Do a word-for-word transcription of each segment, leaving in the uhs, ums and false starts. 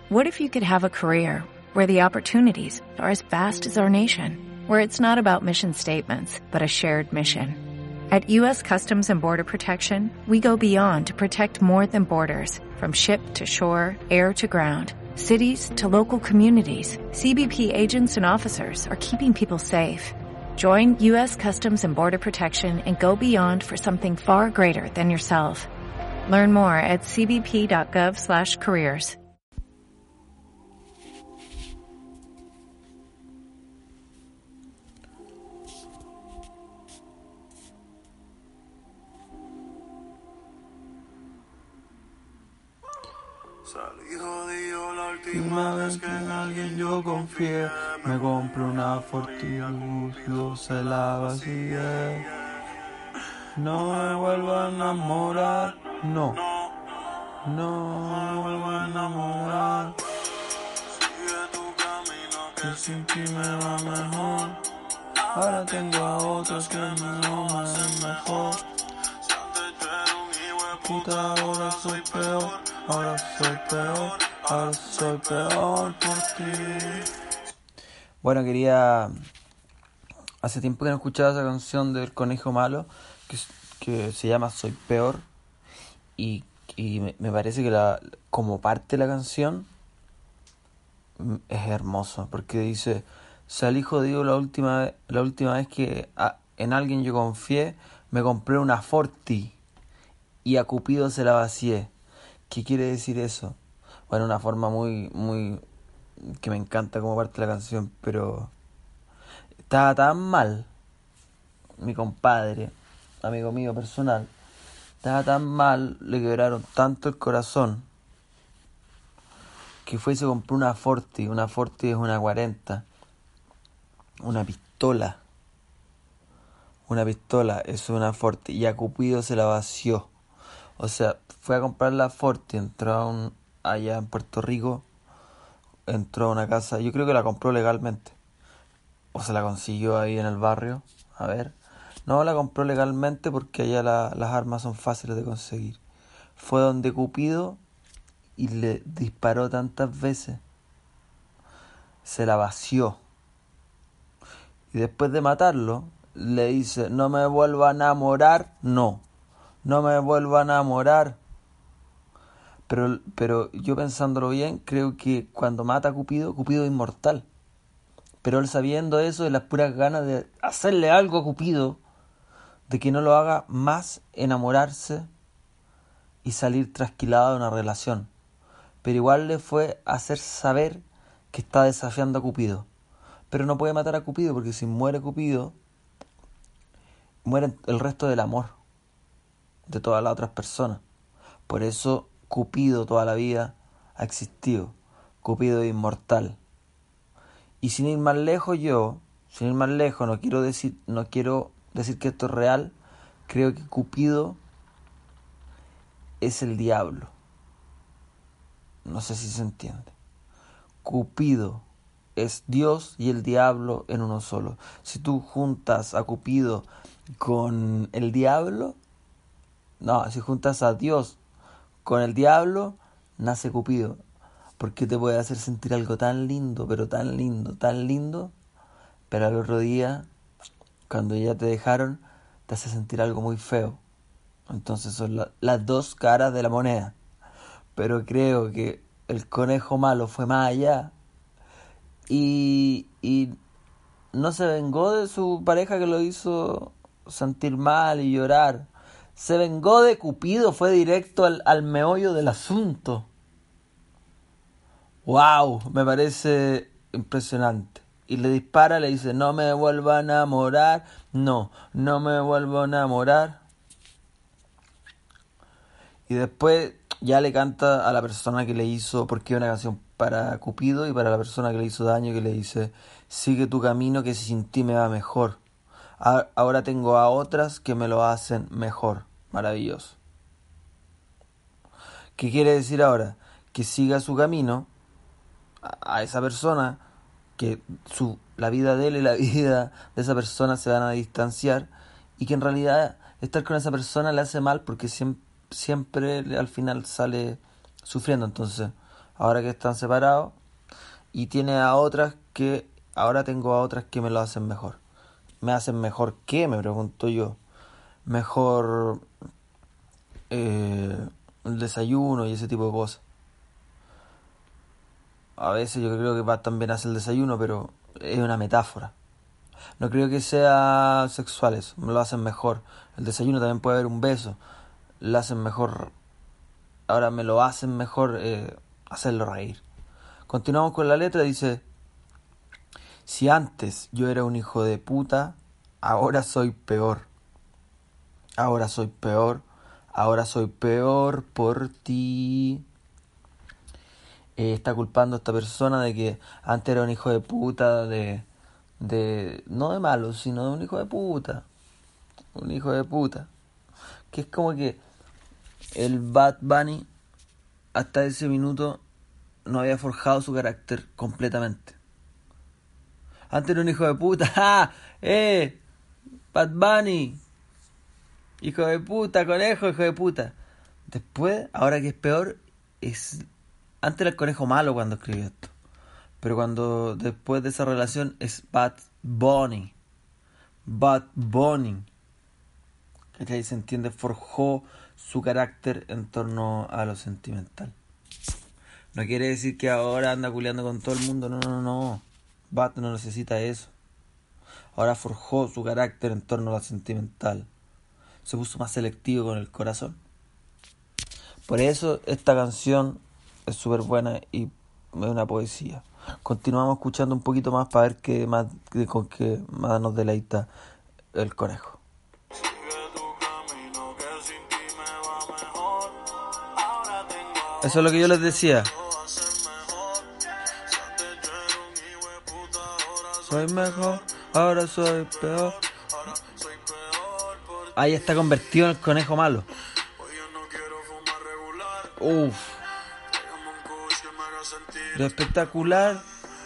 What if you could have a career where the opportunities are as vast as our nation, where it's not about mission statements, but a shared mission? At U S Customs and Border Protection, we go beyond to protect more than borders. From ship to shore, air to ground, cities to local communities, C B P agents and officers are keeping people safe. Join U S Customs and Border Protection and go beyond for something far greater than yourself. Learn more at c b p dot gov slash careers. Salí jodido la última vez que en alguien yo confié. Me compré una Fortitude, yo se la vacié. No me vuelvo a enamorar, no. No me vuelvo a enamorar. Sigue tu camino que sin ti me va mejor. Ahora tengo a otros que me lo hacen mejor. Si antes yo era un hijo de puta, ahora soy peor. Ahora soy peor, ahora soy peor por ti. Bueno, quería... Hace tiempo que no escuchaba esa canción del Conejo Malo, que, que se llama Soy Peor. Y, y me, me parece que la, como parte de la canción es hermoso, porque dice: salí jodido la última, la última vez que a, en alguien yo confié, me compré una Forti y a Cupido se la vacié. ¿Qué quiere decir eso? Bueno, una forma muy, muy... que me encanta como parte de la canción, pero... estaba tan mal, mi compadre, amigo mío personal, estaba tan mal, le quebraron tanto el corazón, que fue y se compró una Forti. Una Forti es una cuarenta, una pistola, una pistola, es una Forti, y a Cupido se la vació. O sea, fue a comprar la Forti, entró a un, allá en Puerto Rico, entró a una casa, yo creo que la compró legalmente, o se la consiguió ahí en el barrio, a ver. No, la compró legalmente porque allá la, las armas son fáciles de conseguir. Fue donde Cupido y le disparó tantas veces, se la vació. Y después de matarlo, le dice: no me vuelva a enamorar, no. No me vuelvo a enamorar. Pero, pero yo pensándolo bien, creo que cuando mata a Cupido, Cupido es inmortal. Pero él, sabiendo eso, de las puras ganas de hacerle algo a Cupido, de que no lo haga más enamorarse y salir trasquilado de una relación. Pero igual le fue a hacer saber que está desafiando a Cupido. Pero no puede matar a Cupido, porque si muere Cupido, muere el resto del amor de todas las otras personas. Por eso Cupido toda la vida ha existido. Cupido es inmortal. Y sin ir más lejos, yo, sin ir más lejos, no quiero decir, no quiero decir que esto es real. Creo que Cupido es el diablo. No sé si se entiende. Cupido es Dios y el diablo en uno solo. Si tú juntas a Cupido con el diablo, no, si juntas a Dios con el diablo, nace Cupido. Porque te puede hacer sentir algo tan lindo, pero tan lindo, tan lindo, pero al otro día, cuando ya te dejaron, te hace sentir algo muy feo. Entonces son la, las dos caras de la moneda. Pero creo que el conejo malo fue más allá y, y no se vengó de su pareja que lo hizo sentir mal y llorar. Se vengó de Cupido, fue directo al, al meollo del asunto. ¡Wow! Me parece impresionante. Y le dispara, le dice: no me vuelva a enamorar. No, no me vuelvo a enamorar. Y después ya le canta a la persona que le hizo, porque es una canción para Cupido y para la persona que le hizo daño, que le dice: sigue tu camino que sin ti me va mejor. Ahora tengo a otras que me lo hacen mejor. Maravilloso. ¿Qué quiere decir ahora? Que siga su camino a, a esa persona, que su, la vida de él y la vida de esa persona se van a distanciar, y que en realidad estar con esa persona le hace mal porque siempre, siempre al final sale sufriendo. Entonces ahora que están separados. Y tiene a otras que, ahora tengo a otras que me lo hacen mejor. ¿Me hacen mejor qué? Me pregunto yo. Mejor eh, el desayuno y ese tipo de cosas. A veces yo creo que va también hace el desayuno, pero es una metáfora. No creo que sea sexual eso, me lo hacen mejor. El desayuno también puede haber un beso, lo hacen mejor. Ahora me lo hacen mejor eh, hacerlo reír. Continuamos con la letra, dice: si antes yo era un hijo de puta, ahora soy peor. Ahora soy peor, ahora soy peor por ti. Eh, está culpando a esta persona de que antes era un hijo de puta, de, de no de malo, sino de un hijo de puta. Un hijo de puta. Que es como que el Bad Bunny hasta ese minuto no había forjado su carácter completamente. Antes era un hijo de puta. ¡Ja! ¡Eh! Bad Bunny. Hijo de puta, conejo, hijo de puta. Después, ahora que es peor, es... Antes era el conejo malo cuando escribió esto. Pero cuando después de esa relación es Bad Bunny. Bad Bunny. ¿Cachai? Se entiende, forjó su carácter en torno a lo sentimental. No quiere decir que ahora anda culeando con todo el mundo. No, no, no. Bad no necesita eso. Ahora forjó su carácter en torno a lo sentimental. Se puso más selectivo con el corazón. Por eso esta canción es súper buena y es una poesía. Continuamos escuchando un poquito más para ver qué más, con qué más nos deleita el conejo. Eso es lo que yo les decía. Soy mejor, ahora soy peor. Ahí está convertido en el conejo malo. Uff. Lo espectacular.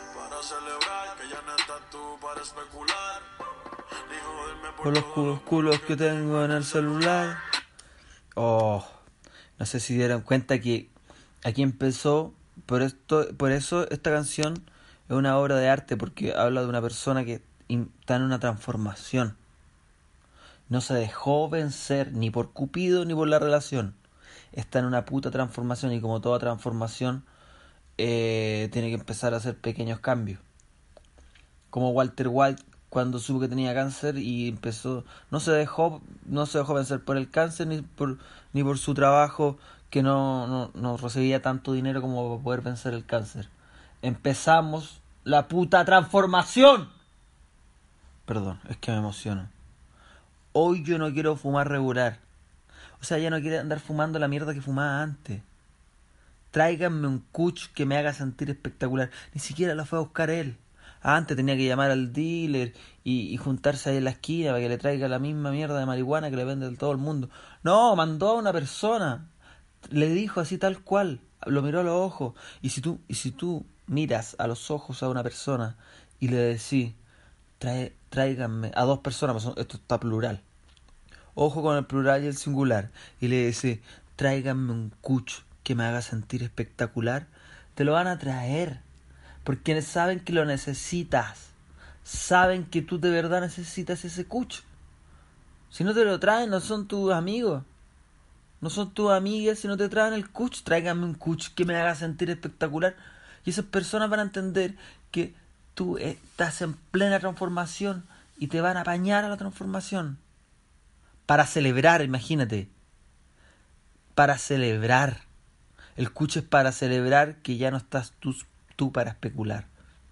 Por los culos, culos que tengo en el celular. Oh. No sé si dieron cuenta que aquí empezó. Por esto, por eso esta canción es una obra de arte, porque habla de una persona que está en una transformación. No se dejó vencer ni por Cupido ni por la relación. Está en una puta transformación y como toda transformación eh, tiene que empezar a hacer pequeños cambios. Como Walter White cuando supo que tenía cáncer y empezó, no se dejó, no se dejó vencer por el cáncer ni por ni por su trabajo que no, no, no recibía tanto dinero como para poder vencer el cáncer. Empezamos la puta transformación. Perdón, es que me emociono. Hoy yo no quiero fumar regular. O sea, ya no quiero andar fumando la mierda que fumaba antes. Tráiganme un kush que me haga sentir espectacular. Ni siquiera lo fue a buscar él. Antes tenía que llamar al dealer y, y juntarse ahí en la esquina para que le traiga la misma mierda de marihuana que le vende a todo el mundo. No, mandó a una persona. Le dijo así tal cual. Lo miró a los ojos. Y si tú, y si tú miras a los ojos a una persona y le decís, trae, tráiganme a dos personas, esto está plural. Ojo con el plural y el singular. Y le decís, tráiganme un kush que me haga sentir espectacular. Te lo van a traer. Porque saben que lo necesitas. Saben que tú de verdad necesitas ese kush. Si no te lo traen, no son tus amigos. No son tus amigas si no te traen el kush. Tráiganme un kush que me haga sentir espectacular. Y esas personas van a entender que tú estás en plena transformación y te van a apañar a la transformación. Para celebrar, imagínate. Para celebrar. El kush es para celebrar que ya no estás tú, tú para especular.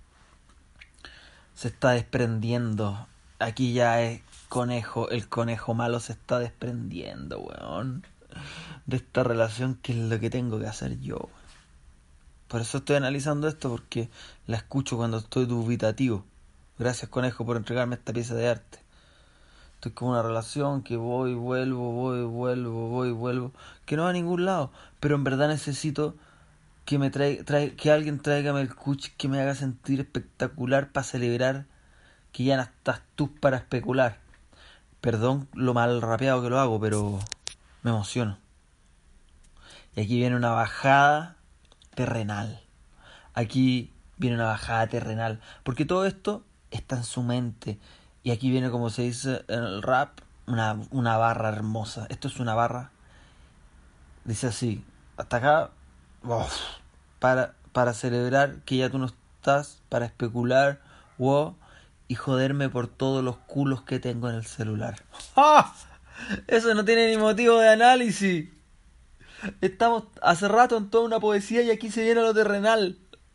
Se está desprendiendo. Aquí ya es conejo. El conejo malo se está desprendiendo, weón. De esta relación que es lo que tengo que hacer yo. Por eso estoy analizando esto, porque la escucho cuando estoy dubitativo. Gracias, conejo, por entregarme esta pieza de arte. Estoy con una relación que voy, vuelvo, voy, vuelvo, voy, vuelvo, que no va a ningún lado. Pero en verdad necesito que me trae, trae, que alguien tráigame el kush que me haga sentir espectacular para celebrar que ya no estás tú para especular. Perdón lo mal rapeado que lo hago, pero me emociono. Y aquí viene una bajada terrenal. Aquí viene una bajada terrenal. Porque todo esto está en su mente. Y aquí viene, como se dice en el rap, una, una barra hermosa. Esto es una barra. Dice así. Hasta acá. Uf, para, para celebrar que ya tú no estás. Para especular. Wow, y joderme por todos los culos que tengo en el celular. ¡Ah! Eso no tiene ni motivo de análisis. Estamos hace rato en toda una poesía y aquí se viene lo terrenal.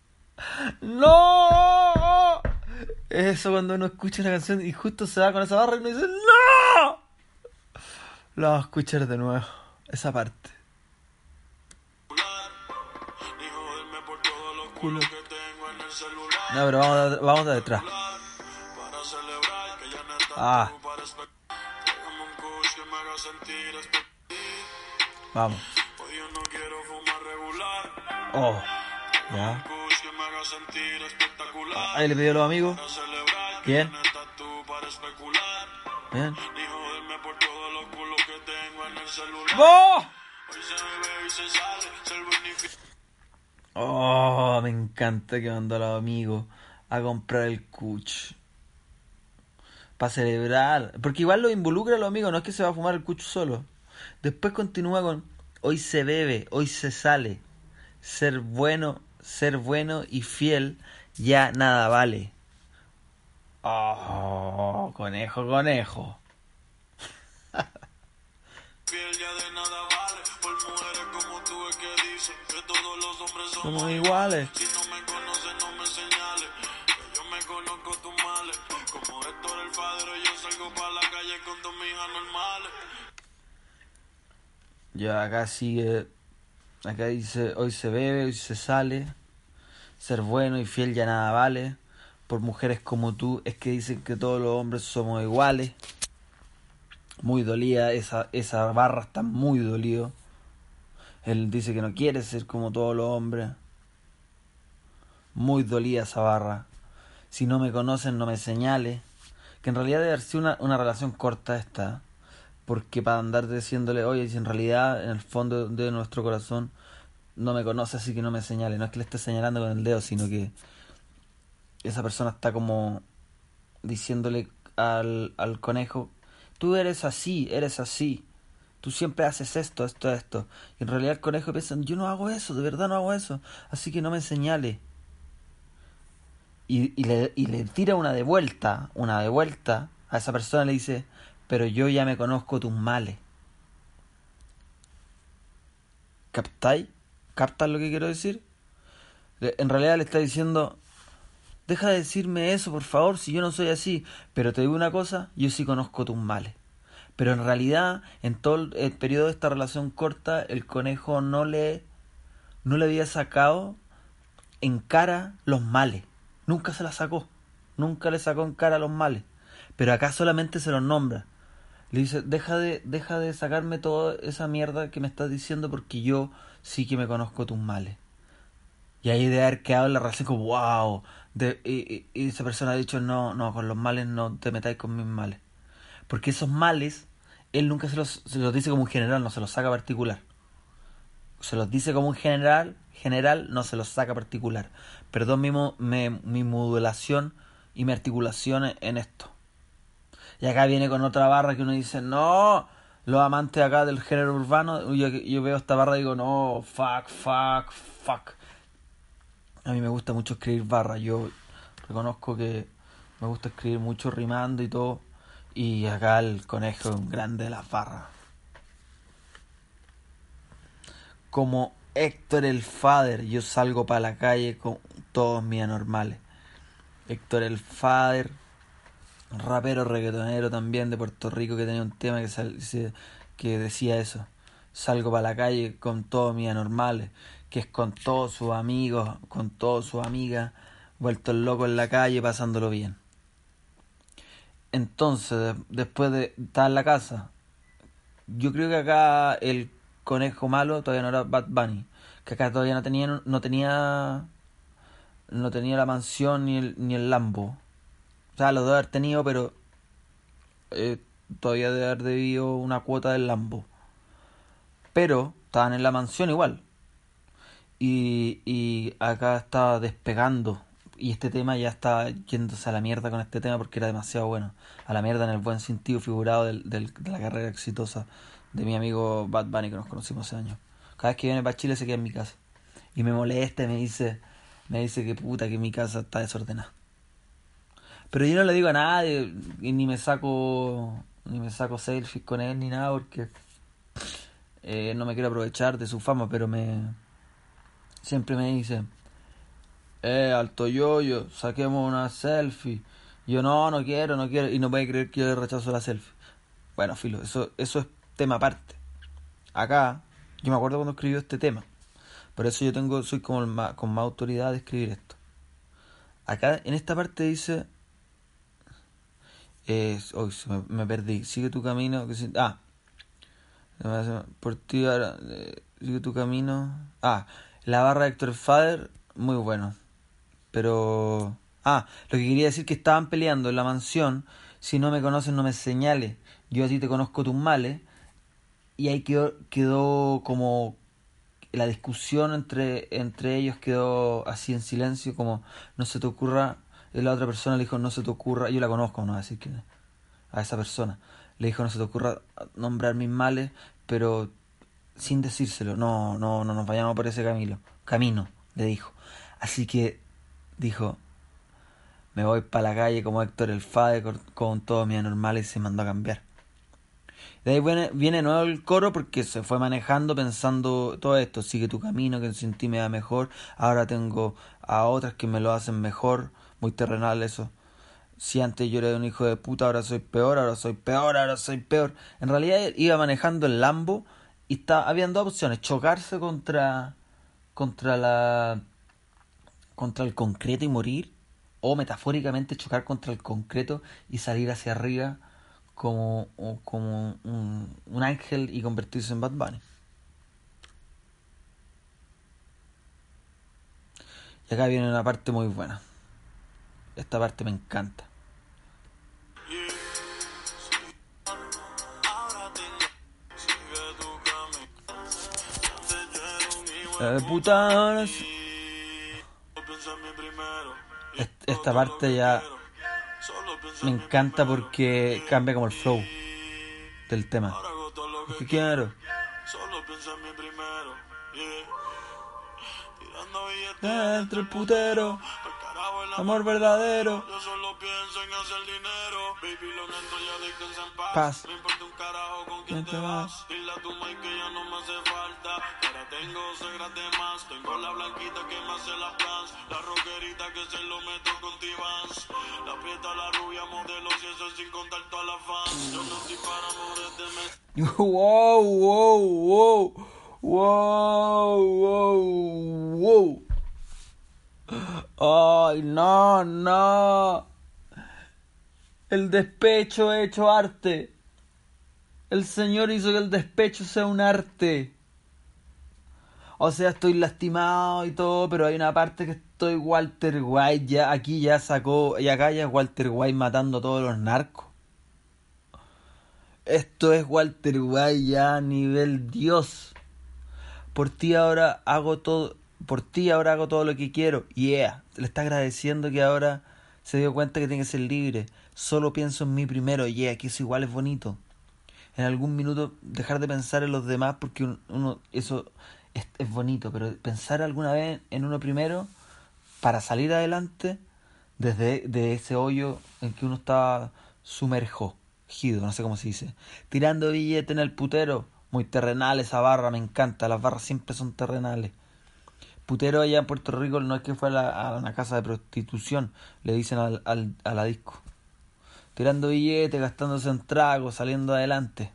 ¡No! Eso cuando uno escucha una canción y justo se va con esa barra y uno dice ¡no! Lo vamos a escuchar de nuevo. Esa parte. Culo. No, pero vamos de, vamos de detrás. Ah. Vamos. Oh. Ya. Ah, ahí le pidió a los amigos. Bien. Bien. ¡Oh! Oh, me encanta que mandó a los amigos a comprar el kuch. Para celebrar. Porque igual lo involucra a los amigos, no es que se va a fumar el kuch solo. Después continúa con hoy se bebe, hoy se sale. Ser bueno, ser bueno y fiel ya nada vale. Oh, conejo, conejo. Fiel ya de nada vale, por mujeres como tú es que dicen que todos los hombres somos, somos iguales. Si no me conoces no me señales, que yo me conozco tus males. Como Héctor el Padre yo salgo para la calle con dos hijas normales. Ya acá sigue, acá dice hoy se bebe, hoy se sale. Ser bueno y fiel ya nada vale. Por mujeres como tú es que dicen que todos los hombres somos iguales. Muy dolida, esa, esa barra está muy dolido. Él dice que no quiere ser como todos los hombres. Muy dolida esa barra. Si no me conocen, no me señales. Que en realidad debe haber sido una, una relación corta esta. Porque para andar diciéndole, oye, si en realidad en el fondo de nuestro corazón no me conoce, así que no me señale. No es que le esté señalando con el dedo, sino que esa persona está como diciéndole al, al conejo, tú eres así, eres así. Tú siempre haces esto, esto, esto. Y en realidad el conejo piensa, yo no hago eso, de verdad no hago eso. Así que no me señale. Y, y, le, y le tira una de vuelta, una de vuelta. A esa persona le dice, pero yo ya me conozco tus males. ¿Captáis? ¿Captas lo que quiero decir? En realidad le está diciendo, deja de decirme eso, por favor, si yo no soy así. Pero te digo una cosa, yo sí conozco tus males. Pero en realidad, en todo el periodo de esta relación corta, el conejo no le, no le había sacado en cara los males. Nunca se la sacó. Nunca le sacó en cara los males. Pero acá solamente se los nombra. Le dice, deja de, deja de sacarme toda esa mierda que me estás diciendo porque yo sí que me conozco tus males. Y ahí de haber quedado en la relación como, wow. De, y, y esa persona ha dicho, no, no, con los males no te metáis con mis males. Porque esos males, él nunca se los, se los dice como un general, no se los saca particular. Se los dice como un general, general, no se los saca particular. Perdón mi, mi, mi modulación y mi articulación en esto. Y acá viene con otra barra que uno dice, no, los amantes acá del género urbano, yo, yo veo esta barra y digo, no, fuck, fuck, fuck. A mí me gusta mucho escribir barras, yo reconozco que me gusta escribir mucho rimando y todo. Y acá el conejo es un grande de las barras. Como Héctor el Father, yo salgo para la calle con todos mis anormales. Héctor el Father, rapero reggaetonero también de Puerto Rico, que tenía un tema que, sal, que decía eso. Salgo para la calle con todos mis anormales, que es con todos sus amigos, con todas sus amigas, vueltos locos en la calle, pasándolo bien. Entonces, después de estar en la casa, yo creo que acá el conejo malo todavía no era Bad Bunny, que acá todavía no tenía no tenía no tenía la mansión ni el ni el Lambo. O sea, lo debe haber tenido, pero eh, todavía debe haber debido una cuota del Lambo. Pero estaban en la mansión igual. Y, y acá estaba despegando. Y este tema ya estaba yéndose a la mierda con este tema porque era demasiado bueno. A la mierda en el buen sentido figurado del, del, de la carrera exitosa de mi amigo Bad Bunny que nos conocimos hace años. Cada vez que viene para Chile se queda en mi casa. Y me molesta y me dice, me dice que puta que mi casa está desordenada. Pero yo no le digo a nadie y ni me saco ni me saco selfies con él ni nada porque eh, no me quiero aprovechar de su fama, pero me siempre me dice, eh, alto yoyo, saquemos una selfie. Y yo no, no quiero, no quiero, y no puede creer que yo le rechazo la selfie. Bueno, filo, eso, eso es tema aparte. Acá, yo me acuerdo cuando escribió este tema. Por eso yo tengo, soy como el más, con más autoridad de escribir esto. Acá, en esta parte dice, eh, oh, me, me perdí, sigue tu camino, que si, ah, por ti ahora, eh, sigue tu camino, ah, la barra de Héctor Fader, muy bueno. Pero... Ah, lo que quería decir que estaban peleando en la mansión. Si no me conoces, no me señales. Yo a ti te conozco tus males. Y ahí quedó, quedó como... La discusión entre, entre ellos quedó así en silencio, como no se te ocurra... Y la otra persona le dijo, no se te ocurra... Yo la conozco, no así que... A esa persona. Le dijo, no se te ocurra nombrar mis males, pero sin decírselo. No, no, no nos vayamos por ese camino. Camino, le dijo. Así que... Dijo, me voy para la calle como Héctor el Fade con, con todos mis anormales y se mandó a cambiar. De ahí viene, viene nuevo el coro porque se fue manejando pensando todo esto. Sigue tu camino, que sin ti me da mejor. Ahora tengo a otras que me lo hacen mejor. Muy terrenal eso. Si antes yo era un hijo de puta, ahora soy peor, ahora soy peor, ahora soy peor. En realidad iba manejando el Lambo y está, habían dos opciones. Chocarse contra, contra la... contra el concreto y morir, o metafóricamente chocar contra el concreto y salir hacia arriba como, como un, un ángel y convertirse en Bad Bunny. Y acá viene una parte muy buena. Esta parte me encanta. Eh, puta, esta parte ya me encanta porque cambia como el flow del tema. Es que quiero. Dentro el putero, amor verdadero. Paz. ¿Quién te vas? Tengo segras de más, tengo la blanquita que me hace las plans, la rockerita que se lo meto con T-Vans, la prieta, la rubia, modelo, y eso sin contar todas las fans. Yo no estoy para amores de mes. Wow, wow, wow, wow, wow. Ay, no, no. El despecho hecho arte. El Señor hizo que el despecho sea un arte. O sea, estoy lastimado y todo, pero hay una parte que estoy Walter White, ya aquí ya sacó, y acá ya es Walter White matando a todos los narcos. Esto es Walter White ya a nivel Dios. Por ti ahora hago todo, por ti ahora hago todo lo que quiero. Yeah, le está agradeciendo que ahora se dio cuenta que tiene que ser libre. Solo pienso en mí primero, yeah, que eso igual es bonito. En algún minuto dejar de pensar en los demás porque uno, uno eso es, es bonito, pero pensar alguna vez en uno primero para salir adelante desde de ese hoyo en que uno estaba sumergido, no sé cómo se dice, tirando billete en el putero, muy terrenal esa barra, me encanta, las barras siempre son terrenales. Putero allá en Puerto Rico no es que fue a, la, a una casa de prostitución, le dicen al, al, a la disco. Tirando billetes, gastándose en tragos, saliendo adelante.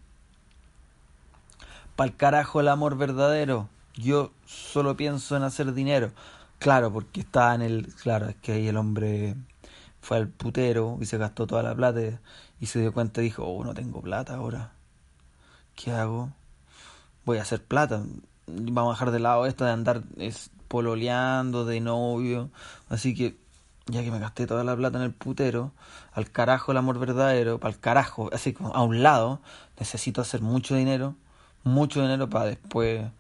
Pa'l carajo el amor verdadero. Yo solo pienso en hacer dinero. Claro, porque estaba en el... Claro, es que ahí el hombre fue al putero y se gastó toda la plata y se dio cuenta y dijo, oh, no tengo plata ahora. ¿Qué hago? Voy a hacer plata. Vamos a dejar de lado esto de andar es, pololeando, de novio. Así que... ya que me gasté toda la plata en el putero, al carajo el amor verdadero, para el carajo, así como a un lado, necesito hacer mucho dinero, mucho dinero para después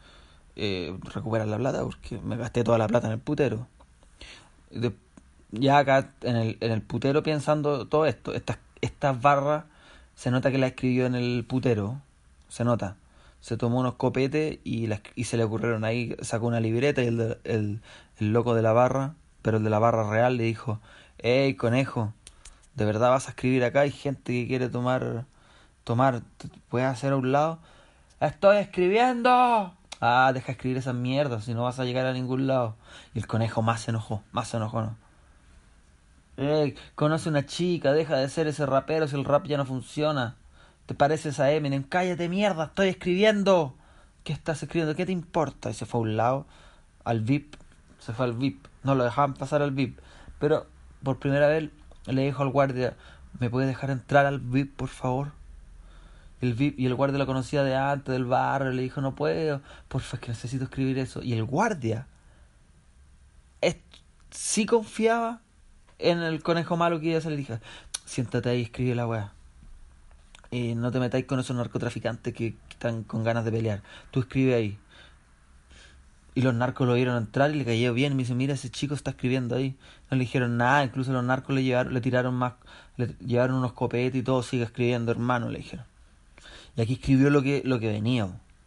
eh, recuperar la plata porque me gasté toda la plata en el putero. De, ya acá en el, en el putero pensando todo esto, estas, estas barras, se nota que la escribió en el putero, se nota. Se tomó unos copetes y, la, y se le ocurrieron ahí, sacó una libreta y el, de, el, el loco de la barra, pero el de la barra real le dijo, hey conejo, ¿de verdad vas a escribir acá? Hay gente que quiere tomar, tomar, ¿puedes hacer a un lado? ¡Estoy escribiendo! Ah, deja escribir esas mierdas, si no vas a llegar a ningún lado. Y el conejo más se enojó, más se enojó, ¿no? Ey, conoce una chica, deja de ser ese rapero si el rap ya no funciona. ¿Te pareces a Eminem? ¡Cállate mierda! ¡Estoy escribiendo! ¿Qué estás escribiendo? ¿Qué te importa? Y se fue a un lado, al V I P. Se fue al V I P. No lo dejaban pasar al V I P. Pero por primera vez le dijo al guardia, ¿me puedes dejar entrar al V I P, por favor? El V I P, y el guardia lo conocía de antes, del barrio. Le dijo, no puedo, porfa, es que necesito escribir eso. Y el guardia es, sí confiaba en el conejo malo que iba a salir. Le dije, siéntate ahí y escribe la weá. Eh, no te metáis con esos narcotraficantes que, que están con ganas de pelear. Tú escribe ahí. Y los narcos lo vieron entrar y le cayó bien. Y me dice, mira, ese chico está escribiendo ahí. No le dijeron nada. Incluso los narcos le llevaron, le tiraron más, le llevaron unos copetes y todo. Sigue escribiendo, hermano, le dijeron. Y aquí escribió lo que, lo que venía.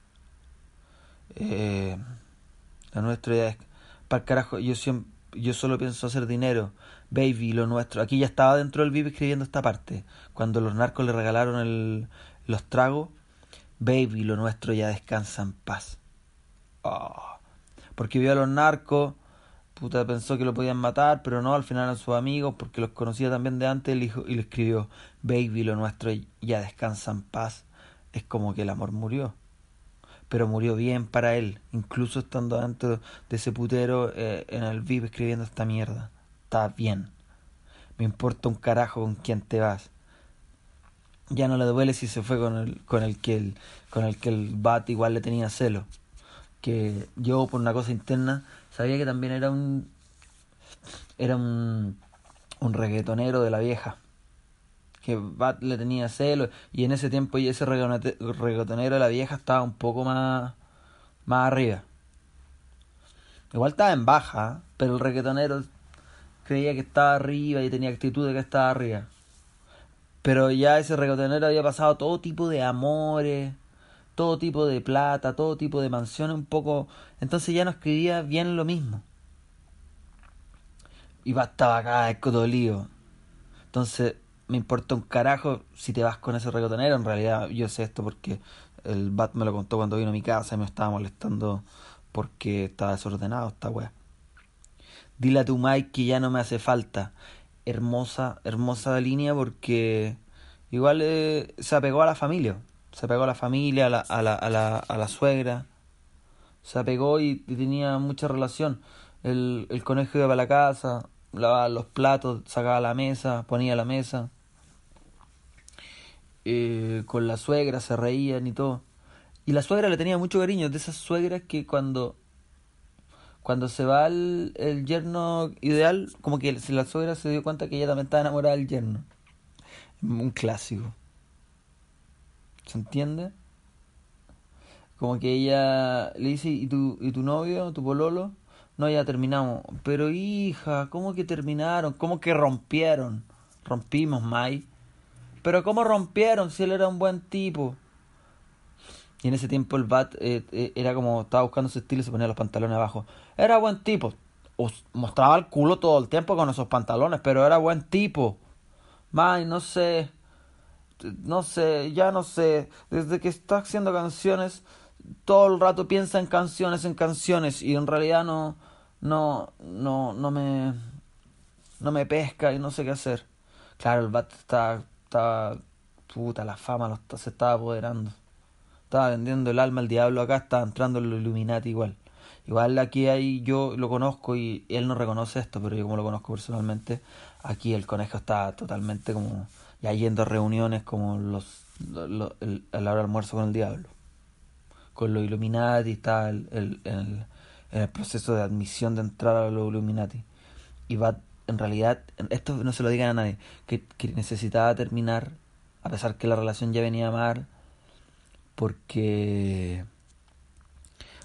Eh, la nuestra idea es, para el carajo, yo siempre, yo solo pienso hacer dinero. Baby, lo nuestro. Aquí ya estaba dentro del V I P escribiendo esta parte. Cuando los narcos le regalaron el, los tragos. Baby, lo nuestro ya descansa en paz. Oh. Porque vio a los narcos, puta, pensó que lo podían matar, pero no, al final eran sus amigos, porque los conocía también de antes, y le escribió, baby, lo nuestro ya descansa en paz. Es como que el amor murió, pero murió bien para él, incluso estando dentro de ese putero eh, en el V I P escribiendo esta mierda. Está bien, me importa un carajo con quién te vas. Ya no le duele si se fue con el, con el que el, con el que el Bat igual le tenía celo. Que yo, por una cosa interna, sabía que también era un era un, un reggaetonero de la vieja, que Bat le tenía celo, y en ese tiempo y ese reggaetonero de la vieja estaba un poco más más arriba. Igual estaba en baja, pero el reggaetonero creía que estaba arriba y tenía actitud de que estaba arriba. Pero ya ese reggaetonero había pasado todo tipo de amores, todo tipo de plata, todo tipo de mansiones, un poco. Entonces ya no escribía bien lo mismo. Y estaba acá escotolido. Entonces me importa un carajo si te vas con ese reggaetonero. En realidad yo sé esto porque el Bat me lo contó cuando vino a mi casa y me estaba molestando porque estaba desordenado esta wea. Dile a tu Mike que ya no me hace falta. Hermosa, hermosa línea, porque igual eh, se apegó a la familia. Se apegó a la familia, a la, a la, a la, a la suegra. Se apegó y, y tenía mucha relación. El, el conejo iba para la casa, lavaba los platos, sacaba la mesa, ponía la mesa. Eh, con la suegra se reían y todo. Y la suegra le tenía mucho cariño. De esas suegras que cuando cuando se va el, el yerno ideal, como que la suegra se dio cuenta que ella también estaba enamorada del yerno. Un clásico. ¿Se entiende? Como que ella le dice, ¿y tu, y tu novio, tu pololo? No, ya terminamos. Pero hija, ¿cómo que terminaron? ¿Cómo que rompieron? Rompimos, Mai. Pero ¿cómo rompieron si él era un buen tipo? Y en ese tiempo el Bat eh, eh, era como, estaba buscando su estilo y se ponía los pantalones abajo. Era buen tipo. Os mostraba el culo todo el tiempo con esos pantalones, pero era buen tipo. May, no sé. No sé, ya no sé. Desde que está haciendo canciones, todo el rato piensa en canciones, en canciones. Y en realidad no, no, no, no me, no me pesca y no sé qué hacer. Claro, el Bat está, está, puta, la fama lo está, se estaba apoderando. Estaba vendiendo el alma al diablo acá, estaba entrando en los Illuminati igual. Igual aquí hay, yo lo conozco y él no reconoce esto, pero yo como lo conozco personalmente, aquí el conejo está totalmente como ya yendo a reuniones como los, los, los el, a la hora del almuerzo con el diablo. Con los Illuminati, está el, el, el, en el proceso de admisión de entrar a los Illuminati. Y va, en realidad, esto no se lo digan a nadie, que, que necesitaba terminar, a pesar que la relación ya venía mal, porque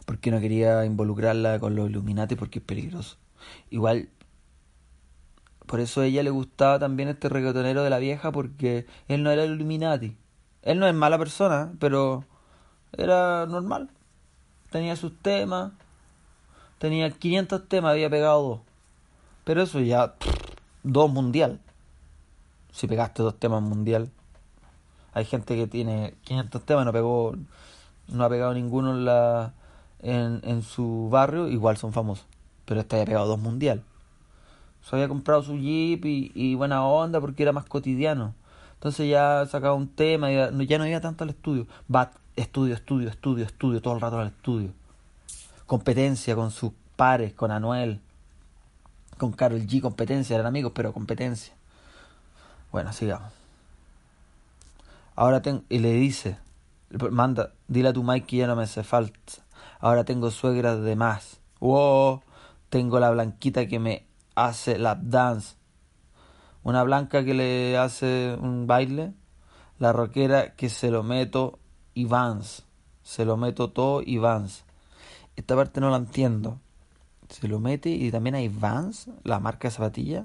porque no quería involucrarla con los Illuminati porque es peligroso. Igual, por eso a ella le gustaba también este reggaetonero de la vieja, porque él no era el Illuminati. Él no es mala persona, pero era normal. Tenía sus temas, tenía quinientos temas, había pegado dos. Pero eso ya, pff, dos mundial. Si pegaste dos temas mundial. Hay gente que tiene quinientos temas, no pegó, no ha pegado ninguno en la en, en su barrio, igual son famosos. Pero este había pegado dos mundial. Se había comprado su Jeep y, y buena onda porque era más cotidiano. Entonces ya sacaba un tema y ya, ya no iba tanto al estudio. Va, estudio, estudio, estudio, estudio, todo el rato al estudio. Competencia con sus pares, con Anuel, con Karol G, competencia, eran amigos, pero competencia. Bueno, sigamos. Ahora tengo, y le dice, manda, dile a tu Mike que ya no me hace falta. Ahora tengo suegras de más. Wow, tengo la blanquita que me hace lap dance. Una blanca que le hace un baile. La rockera que se lo meto y Vans. Se lo meto todo y Vans. Esta parte no la entiendo. Se lo mete y también hay Vans, la marca de zapatilla.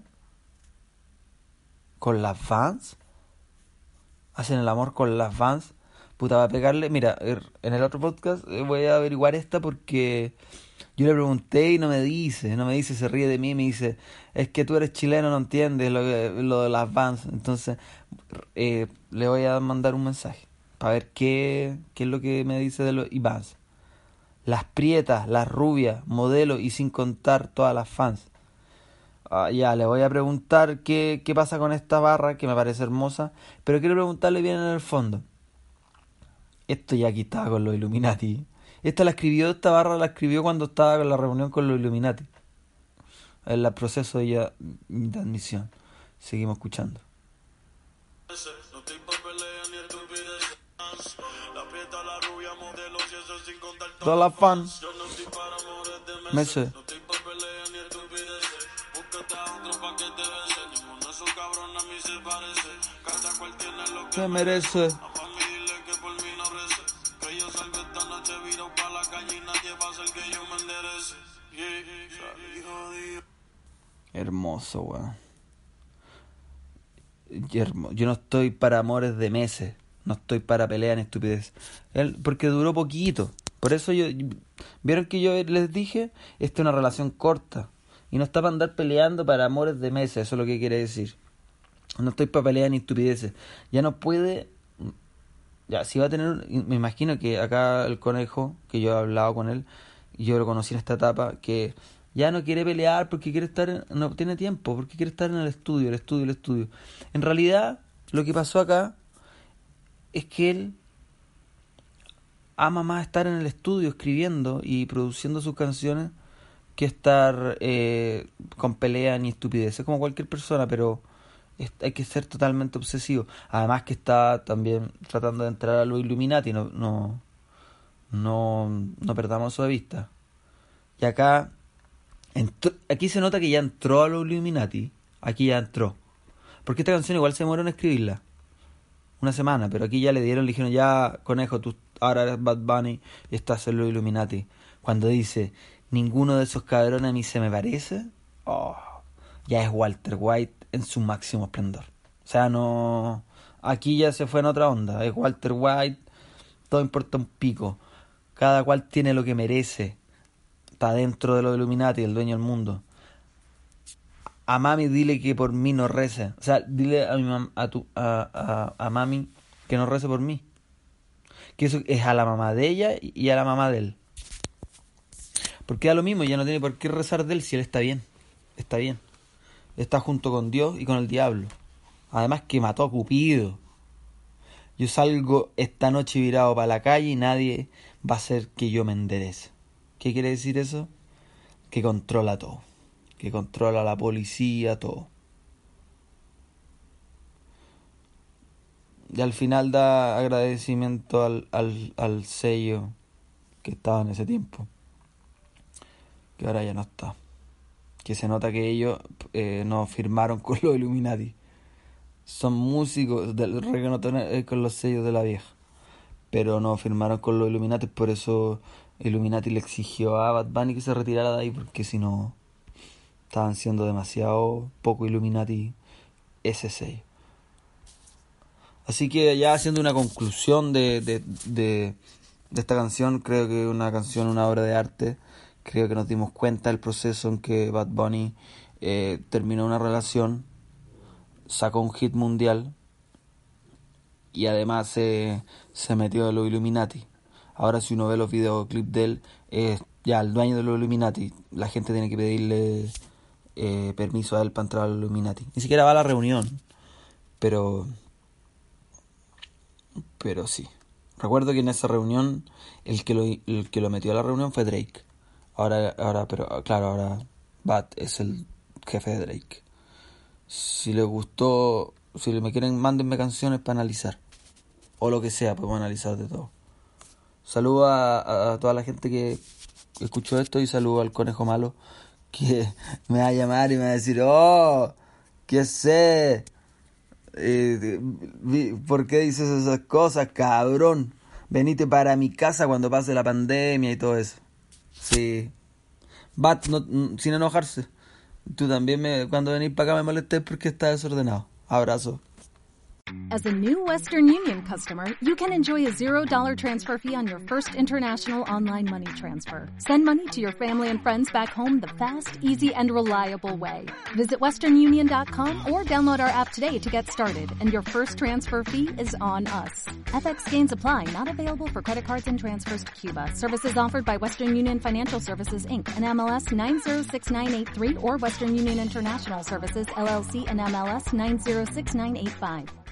Con las Vans. Hacen el amor con las Vans. Puta, va a pegarle. Mira, en el otro podcast voy a averiguar esta porque yo le pregunté y no me dice, no me dice, se ríe de mí y me dice, es que tú eres chileno, no entiendes lo, lo de las Vans. Entonces eh, le voy a mandar un mensaje para ver qué, qué es lo que me dice de los Vans. Las prietas, las rubias, modelos y sin contar todas las fans. Ah, ya, le voy a preguntar qué, qué pasa con esta barra que me parece hermosa, pero quiero preguntarle bien en el fondo. Esto ya aquí estaba con los Illuminati. Esta la escribió, esta barra la escribió cuando estaba en la reunión con los Illuminati. En el proceso de, ella, de admisión. Seguimos escuchando. Todas las fans. Me sé. ¿Qué merece? Hermoso, weón. Yo no estoy para amores de meses. No estoy para peleas ni estupidez. Él, porque duró poquito. Por eso yo... ¿Vieron que yo les dije? Esta es una relación corta. Y no está para andar peleando para amores de meses. Eso es lo que quiere decir. No estoy para pelear ni estupideces. Ya no puede... Ya, si va a tener... Me imagino que acá el conejo, que yo he hablado con él, y yo lo conocí en esta etapa, que ya no quiere pelear porque quiere estar... En, no tiene tiempo, porque quiere estar en el estudio, el estudio, el estudio. En realidad, lo que pasó acá es que él ama más estar en el estudio escribiendo y produciendo sus canciones que estar eh, con pelea ni estupideces, como cualquier persona, pero es, hay que ser totalmente obsesivo. Además que está también tratando de entrar a los Illuminati, no, no, no, no perdamos eso de vista. Y acá, entró, aquí se nota que ya entró a los Illuminati, aquí ya entró. Porque esta canción igual se demoró en escribirla. Una semana, pero aquí ya le dieron, le dijeron, ya, conejo, tú ahora eres Bad Bunny y estás en los Illuminati. Cuando dice, ninguno de esos cabrones a mí se me parece, oh, ya es Walter White en su máximo esplendor. O sea, no... Aquí ya se fue en otra onda, es Walter White, todo importa un pico. Cada cual tiene lo que merece. Está dentro de los Illuminati, el dueño del mundo. A mami dile que por mí no rece. O sea, dile a mi mam- a tu a, a, a mami que no rece por mí. Que eso es a la mamá de ella y a la mamá de él. Porque da lo mismo, ya no tiene por qué rezar de él si él está bien. Está bien. Está junto con Dios y con el diablo. Además que mató a Cupido. Yo salgo esta noche virado para la calle y nadie va a hacer que yo me enderece. ¿Qué quiere decir eso? Que controla todo. Que controla a la policía, todo. Y al final da agradecimiento al, al, al sello que estaba en ese tiempo, que ahora ya no está. Que se nota que ellos eh, no firmaron con los Illuminati. Son músicos del reggaetón eh, con los sellos de la vieja, pero no firmaron con los Illuminati, por eso Illuminati le exigió a Bad Bunny que se retirara de ahí porque si no estaban siendo demasiado poco Illuminati ese sello. Así que ya haciendo una conclusión de, de, de, de esta canción, creo que es una canción, una obra de arte. Creo que nos dimos cuenta del proceso en que Bad Bunny eh, terminó una relación, sacó un hit mundial y además se, se metió a los Illuminati. Ahora si uno ve los videoclips de él, es ya el dueño de los Illuminati. La gente tiene que pedirle eh, permiso a él para entrar a los Illuminati. Ni siquiera va a la reunión, pero... Pero sí. Recuerdo que en esa reunión el que lo, el que lo metió a la reunión fue Drake. Ahora, ahora, pero claro, ahora Bad es el jefe de Drake. Si les gustó, si me quieren, mándenme canciones para analizar. O lo que sea, podemos analizar de todo. Saludo a, a toda la gente que escuchó esto y saludo al conejo malo que me va a llamar y me va a decir, oh, ¿qué sé? Eh, ¿Por qué dices esas cosas, cabrón? Venite para mi casa cuando pase la pandemia y todo eso. Sí. Bat, no, sin enojarse. Tú también me, cuando venís para acá me molestes porque está desordenado. Abrazo. As a new Western Union customer, you can enjoy a zero dollar transfer fee on your first international online money transfer. Send money to your family and friends back home the fast, easy, and reliable way. Visit western union dot com or download our app today to get started, and your first transfer fee is on us. F X gains apply, not available for credit cards and transfers to Cuba. Services offered by Western Union Financial Services, Incorporated, and M L S nine zero six nine eight three or Western Union International Services, L L C, and M L S nine zero six nine eight five.